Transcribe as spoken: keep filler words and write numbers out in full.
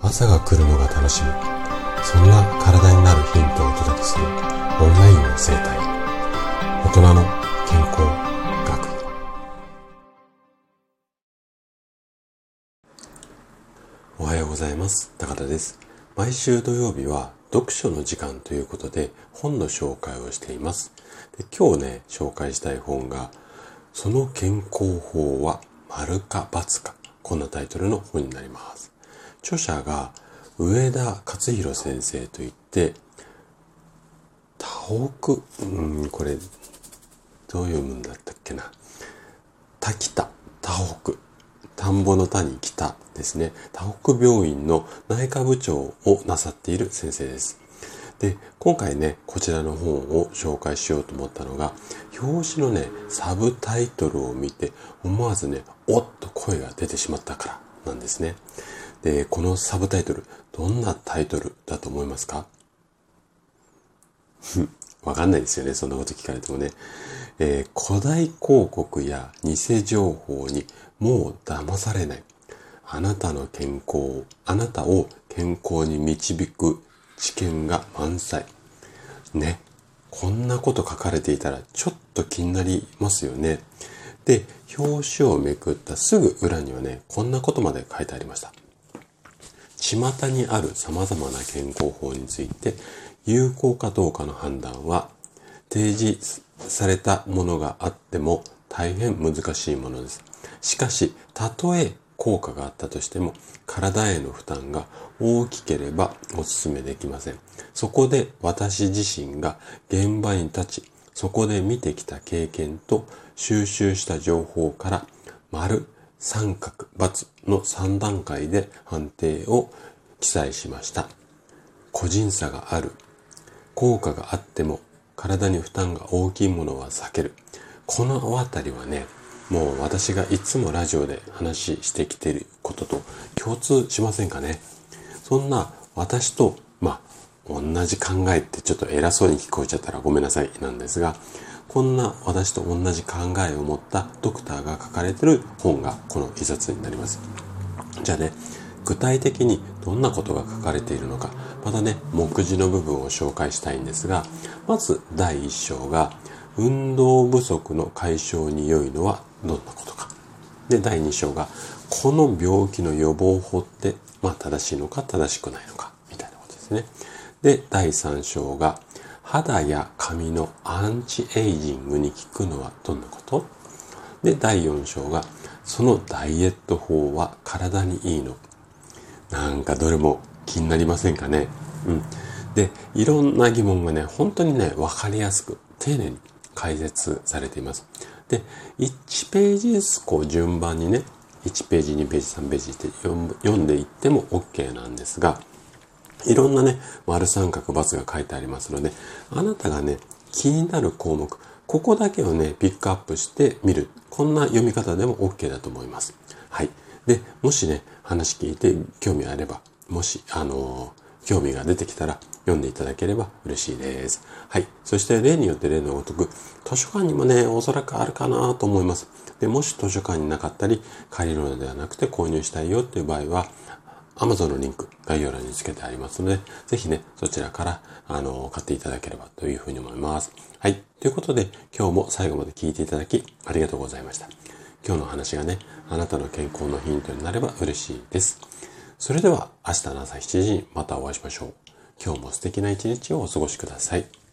朝が来るのが楽しみ、そんな体になるヒントをお届けするオンラインの生態、大人の健康学。おはようございます。高田です。毎週土曜日は読書の時間ということで本の紹介をしています。で、今日ね紹介したい本が、その健康法は丸か×か、こんなタイトルの本になります。著者が上田勝弘先生といって、田北、うん、これどう読むんだったっけな、滝田、田北、田んぼの田に北ですね。田北病院の内科部長をなさっている先生です。で、今回ねこちらの本を紹介しようと思ったのが、表紙のねサブタイトルを見て思わずねおっと声が出てしまったからなんですね。で、このサブタイトル、どんなタイトルだと思いますか？わかんないですよね、そんなこと聞かれてもね。えー、古代広告や偽情報にもう騙されない。あなたの健康、あなたを健康に導く知見が満載。ね。こんなこと書かれていたらちょっと気になりますよね。で、表紙をめくったすぐ裏にはね、こんなことまで書いてありました。巷にある様々な健康法について有効かどうかの判断は提示されたものがあっても大変難しいものです。しかし、たとえ効果があったとしても体への負担が大きければお勧めできません。そこで私自身が現場に立ち、そこで見てきた経験と収集した情報から丸、三角、×のさん段階で判定を記載しました。個人差がある。効果があっても体に負担が大きいものは避ける。このあたりはね、もう私がいつもラジオで話してきていることと共通しませんかね。そんな私と、まあ、同じ考えってちょっと偉そうに聞こえちゃったらごめんなさいなんですが、こんな私と同じ考えを持ったドクターが書かれている本がこの一冊になります。じゃあね、具体的にどんなことが書かれているのか、またね、目次の部分を紹介したいんですが、まずだいいっ章が、運動不足の解消に良いのはどんなことか。で、だいに章が、この病気の予防法って、まあ正しいのか正しくないのか、みたいなことですね。で、だいさん章が、肌や髪のアンチエイジングに効くのはどんなこと？で、だいよん章が、そのダイエット法は体にいいの？なんかどれも気になりませんかね。うん。で、いろんな疑問がね、本当にね、わかりやすく、丁寧に解説されています。で、いちページずつこう順番にね、いちページ、にページ、さんページって読んでいっても OK なんですが、いろんなね、丸三角×が書いてありますので、あなたがね、気になる項目、ここだけをね、ピックアップしてみる。こんな読み方でも OK だと思います。はい。で、もしね、話聞いて興味あれば、もし、あのー、興味が出てきたら読んでいただければ嬉しいです。はい。そして例によって例のごとく、図書館にもね、おそらくあるかなと思います。で、もし図書館になかったり、借りるのではなくて購入したいよっていう場合は、Amazon のリンク概要欄につけてありますので、ぜひね、そちらから、あの、買っていただければというふうに思います。はい。ということで、今日も最後まで聞いていただき、ありがとうございました。今日の話がね、あなたの健康のヒントになれば嬉しいです。それでは、明日の朝しちじにまたお会いしましょう。今日も素敵な一日をお過ごしください。